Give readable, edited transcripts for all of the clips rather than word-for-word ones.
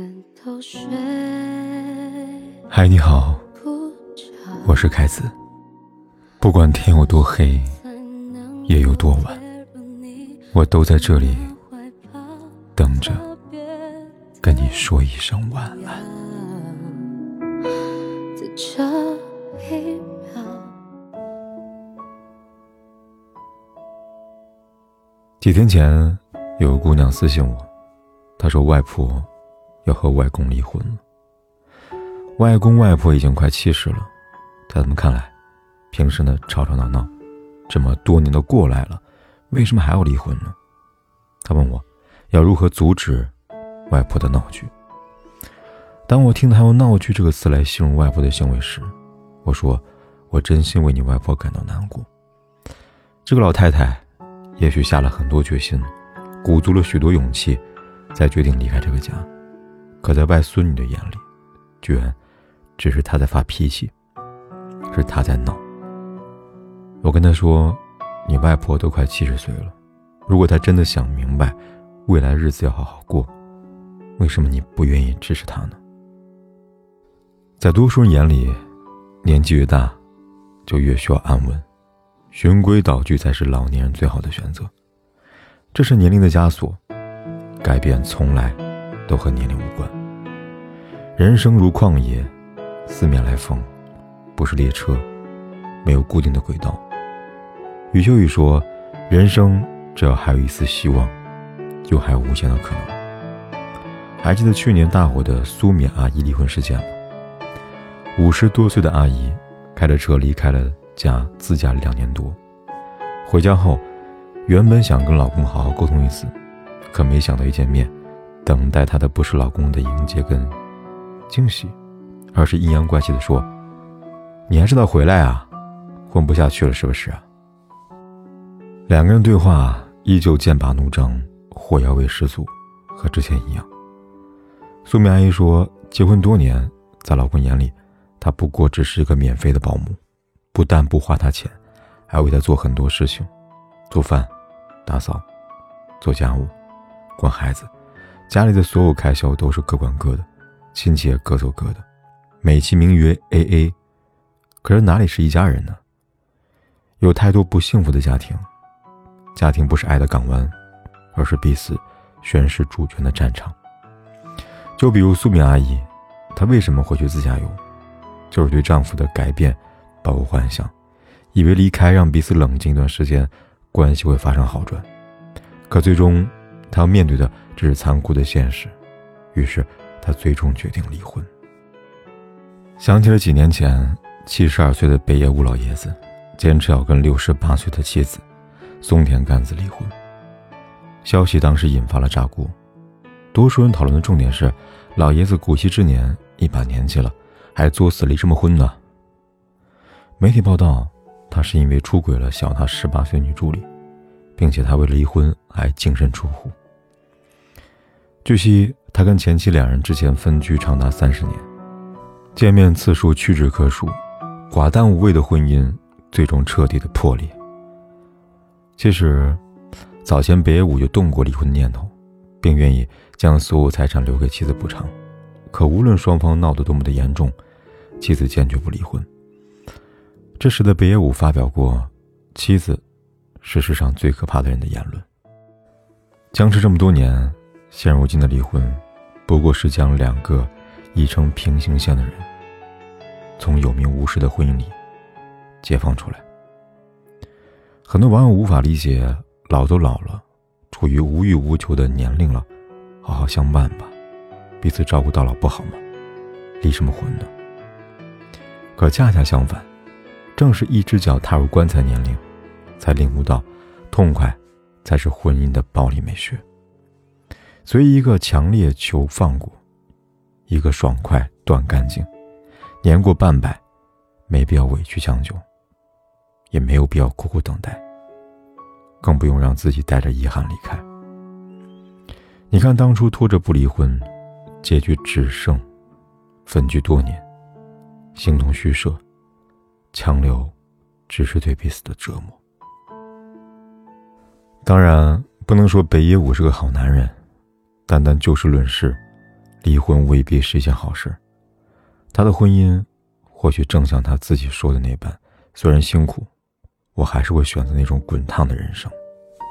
嗨，你好，我是凯子。不管天有多黑，夜有多晚，我都在这里等着跟你说一声晚安。几天前有个姑娘私信我，她说外婆要和外公离婚了。外公外婆已经快70了，在他们看来，平时呢吵吵闹闹，这么多年都过来了，为什么还要离婚呢？他问我要如何阻止外婆的闹剧。当我听到他用闹剧这个词来形容外婆的行为时，我说我真心为你外婆感到难过。这个老太太也许下了很多决心，鼓足了许多勇气，才决定离开这个家，可在外孙女的眼里，居然只是她在发脾气，是她在闹。我跟她说，你外婆都快70岁了，如果她真的想明白未来日子要好好过，为什么你不愿意支持她呢？在多数人眼里，年纪越大就越需要安稳，循规蹈矩才是老年人最好的选择。这是年龄的枷锁，改变从来都和年龄无关。人生如旷野，四面来风，不是列车，没有固定的轨道。余秋雨说，人生只要还有一丝希望，就还有无限的可能。还记得去年大火的苏冕阿姨离婚事件吗？50多岁的阿姨开着车离开了家，自驾2年多。回家后，原本想跟老公好好沟通一次，可没想到一见面，等待她的不是老公的迎接跟惊喜，而是阴阳怪气地说，你还知道回来啊，混不下去了是不是啊？两个人对话依旧剑拔弩张，火药味十足，和之前一样。苏明阿姨说，结婚多年，在老公眼里，她不过只是一个免费的保姆，不但不花他钱，还为他做很多事情，做饭、打扫、做家务、管孩子，家里的所有开销都是各管各的，亲戚也各走各的，美其名曰 AA， 可是哪里是一家人呢？有太多不幸福的家庭，家庭不是爱的港湾，而是彼此宣示主权的战场。就比如苏敏阿姨，她为什么会去自驾游？就是对丈夫的改变抱有幻想，以为离开让彼此冷静一段时间，关系会发生好转。可最终她要面对的只是残酷的现实，于是她最终决定离婚。想起了几年前72岁的北野武老爷子坚持要跟68岁的妻子松田干子离婚，消息当时引发了炸锅。多数人讨论的重点是，老爷子古稀之年，一把年纪了，还作死离什么婚呢？媒体报道，他是因为出轨了小他18岁女助理，并且他为了离婚还净身出户。据悉，他跟前妻2人之前分居长达30年，见面次数屈指可数，寡淡无味的婚姻最终彻底的破裂。其实早前北野武就动过离婚念头，并愿意将所有财产留给妻子补偿，可无论双方闹得多么的严重，妻子坚决不离婚。这时的北野武发表过妻子是世上最可怕的人的言论。僵持这么多年，现如今的离婚不过是将2个已成平行线的人从有名无实的婚姻里解放出来。很多网友无法理解，老都老了，处于无欲无求的年龄了，好好相伴吧，彼此照顾到老不好吗？离什么婚呢？可恰恰相反，正是一只脚踏入棺材年龄，才领悟到痛快才是婚姻的暴力美学。所以一个强烈求放过，一个爽快断干净，年过半百，没必要委屈将就，也没有必要苦苦等待，更不用让自己带着遗憾离开。你看当初拖着不离婚，结局只剩分居多年，形同虚设，强留只是对彼此的折磨。当然不能说北野武是个好男人，单单就事论事， 离婚未必是一件好事。他的婚姻或许正像他自己说的那般，虽然辛苦，我还是会选择那种滚烫的人生。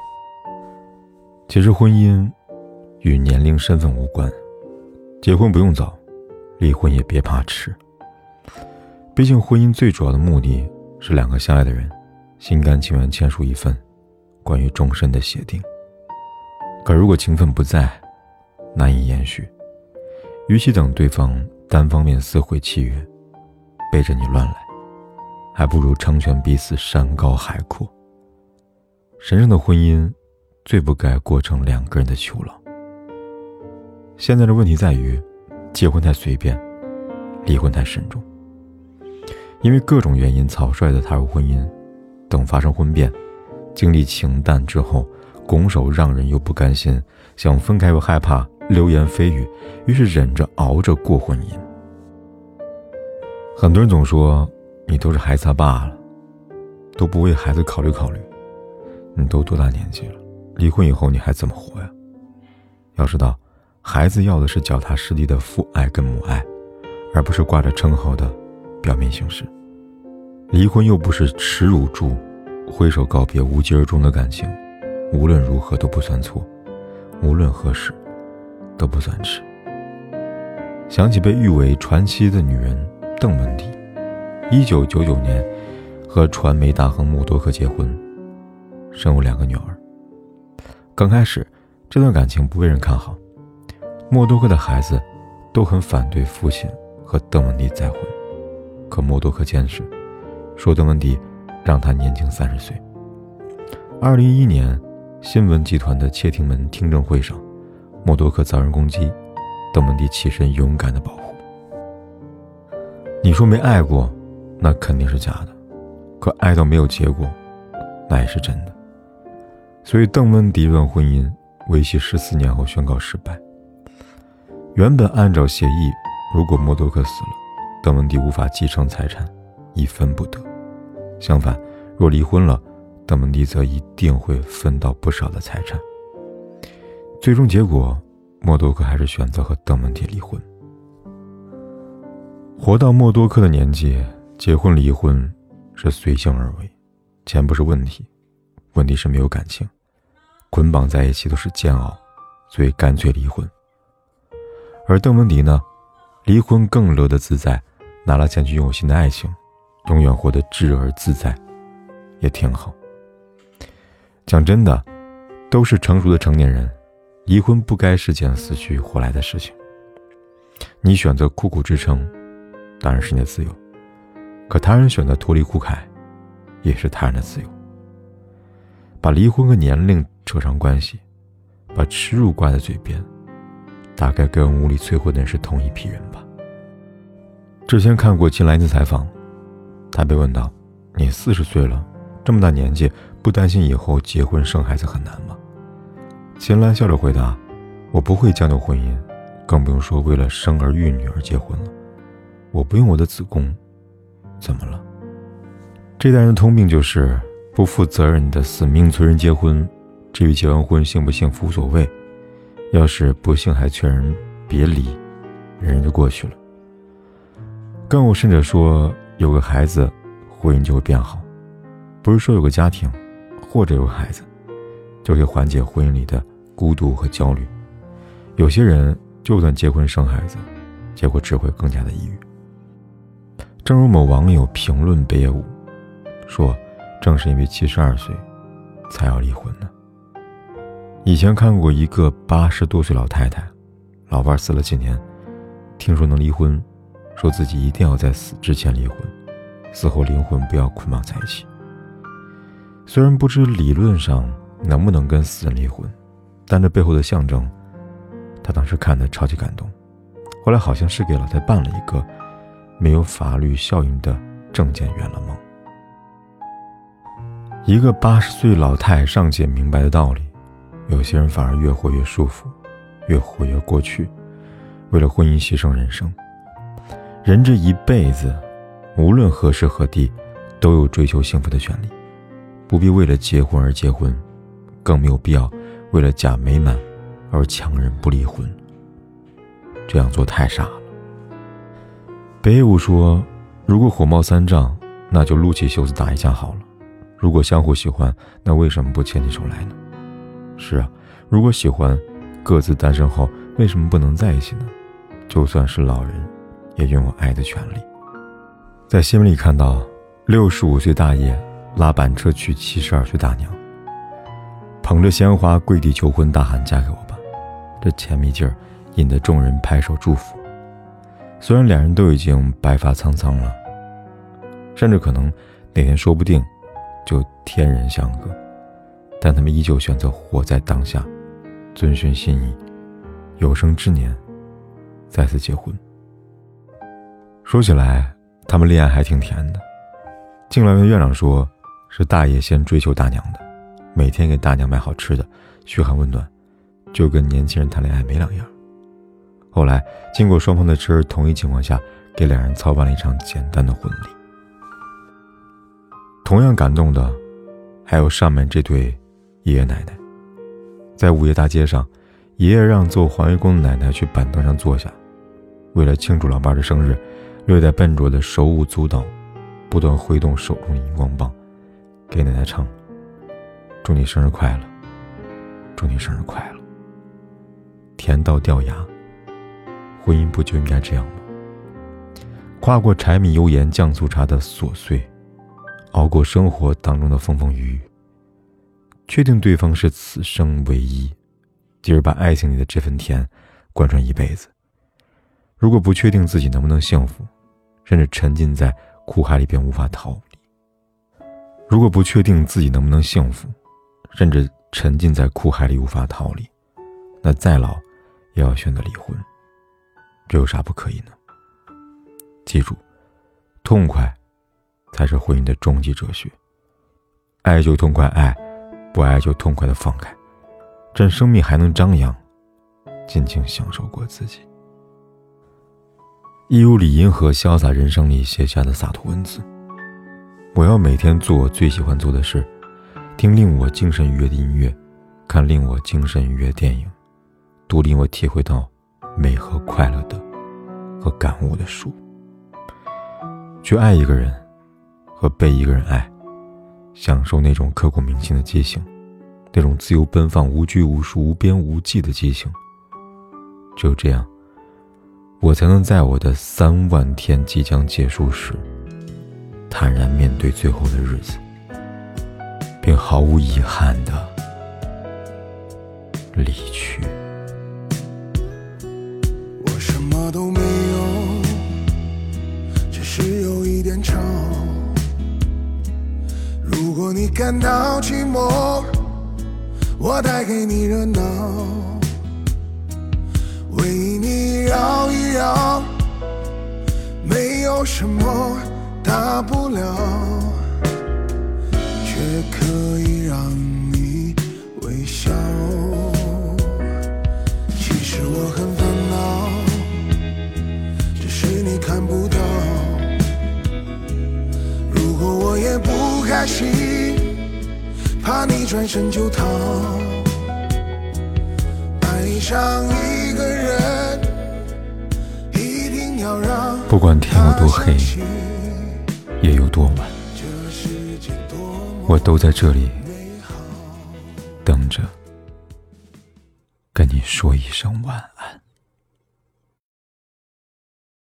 其实婚姻与年龄身份无关，结婚不用早，离婚也别怕迟。毕竟婚姻最主要的目的是两个相爱的人心甘情愿签署一份关于终身的协定。可如果情分不在，难以延续，与其等对方单方面撕毁契约，背着你乱来，还不如成全彼此山高海阔。神圣的婚姻最不该过成两个人的囚牢。现在的问题在于，结婚太随便，离婚太慎重。因为各种原因草率地踏入婚姻，等发生婚变，经历情淡之后，拱手让人又不甘心，想分开又害怕流言蜚语，于是忍着熬着过婚姻。很多人总说你都是孩子他爸了，都不为孩子考虑考虑。你都多大年纪了，离婚以后你还怎么活呀？要知道，孩子要的是脚踏实地的父爱跟母爱，而不是挂着称号的表面形式。离婚又不是耻辱柱，挥手告别无疾而终的感情，无论如何都不算错，无论何时都不算迟。想起被誉为传奇的女人邓文迪，1999年和传媒大亨默多克结婚，生有2个女儿。刚开始这段感情不被人看好，默多克的孩子都很反对父亲和邓文迪再婚，可默多克坚持，说邓文迪让他年轻30岁。2011年新闻集团的窃听门听证会上，默多克遭人攻击，邓文迪起身勇敢地保护。你说没爱过，那肯定是假的，可爱到没有结果，那也是真的。所以邓文迪这段婚姻为期14年后宣告失败。原本按照协议，如果默多克死了，邓文迪无法继承财产，一分不得。相反，若离婚了，邓文迪则一定会分到不少的财产。最终结果，默多克还是选择和邓文迪离婚。活到默多克的年纪，结婚离婚是随性而为，钱不是问题，问题是没有感情，捆绑在一起都是煎熬，所以干脆离婚。而邓文迪呢，离婚更乐得自在，拿了钱去拥有新的爱情，永远活得智而自在，也挺好。讲真的，都是成熟的成年人，离婚不该是件死去活来的事情。你选择苦苦支撑，当然是你的自由，可他人选择脱离苦海，也是他人的自由。把离婚和年龄扯上关系，把耻辱挂在嘴边，大概跟无力催婚的人是同一批人吧。之前看过金兰的采访，他被问到，你40岁了，这么大年纪，不担心以后结婚生孩子很难吗？金兰笑着回答，我不会将就婚姻，更不用说为了生儿育女而结婚了。我不用我的子宫，怎么了？这代人的通病就是不负责任的死命催人结婚，至于结完婚幸不幸福无所谓，要是不幸还劝人别离，人人就过去了。更有甚者说，有个孩子婚姻就会变好，不是说有个家庭或者有个孩子就可以缓解婚姻里的孤独和焦虑。有些人就算结婚生孩子，结果只会更加的抑郁。正如某网友评论北野武说，正是因为72岁才要离婚呢。以前看过一个80多岁老太太，老伴死了几年，听说能离婚，说自己一定要在死之前离婚，死后灵魂不要捆绑在一起。虽然不知理论上能不能跟死人离婚，但这背后的象征，他当时看得超级感动。后来好像是给老太办了一个没有法律效应的证件圆了梦。一个80岁老太尚且明白的道理，有些人反而越活越束缚，越活越过去，为了婚姻牺牲人生。人这一辈子，无论何时何地，都有追求幸福的权利，不必为了结婚而结婚，更没有必要为了假美满而强人不离婚。 这样做太傻了。北野武说，如果火冒三丈，那就撸起袖子打一架好了。如果相互喜欢，那为什么不牵起手来呢？是啊，如果喜欢，各自单身后为什么不能在一起呢？就算是老人，也拥有爱的权利。在新闻里看到，65岁大爷拉板车娶72岁大娘，捧着鲜花跪地求婚，大喊嫁给我吧。这甜蜜劲儿引得众人拍手祝福。虽然两人都已经白发苍苍了，甚至可能哪天说不定就天人相隔，但他们依旧选择活在当下，遵循心意，有生之年再次结婚。说起来，他们恋爱还挺甜的。敬老院院长说，是大爷先追求大娘的，每天给大娘买好吃的，嘘寒问暖，就跟年轻人谈恋爱没两样。后来经过双方的侄儿同意情况下，给两人操办了一场简单的婚礼。同样感动的还有上面这对爷爷奶奶。在午夜大街上，爷爷让做环卫工的奶奶去板凳上坐下，为了庆祝老伴的生日，略带笨拙的手舞足蹈，不断挥动手中的荧光棒，给奶奶唱：祝你生日快乐，祝你生日快乐。甜到掉牙，婚姻不就应该这样吗？跨过柴米油盐酱醋茶的琐碎，熬过生活当中的风风雨雨，确定对方是此生唯一，继而把爱情里的这份甜贯穿一辈子。如果不确定自己能不能幸福，甚至沉浸在苦海里边无法逃离；如果不确定自己能不能幸福，甚至沉浸在苦海里无法逃离，那再老也要选择离婚。这有啥不可以呢？记住，痛快才是婚姻的终极哲学。爱就痛快爱，不爱就痛快的放开，趁生命还能张扬，尽情享受过自己。一如李银河潇洒人生里写下的洒脱文字：我要每天做我最喜欢做的事，听令我精神愉悦的音乐，看令我精神愉悦的电影，读令我体会到美和快乐的和感悟的书。去爱一个人和被一个人爱，享受那种刻骨铭心的激情，那种自由奔放无拘无束无边无际的激情。只有这样，我才能在我的3万天即将结束时，坦然面对最后的日子，并毫无遗憾地离去。 我什么都没有，只是有一点愁。如果你感到寂寞，我带给你热闹，为你绕一绕，没有什么大不了，却可以让你微笑。其实我很烦恼，只是你看不到。如果我也不开心，怕你转身就逃。爱上一个人，一定要让不管天有多黑，夜有多晚，我都在这里等着跟你说一声晚安。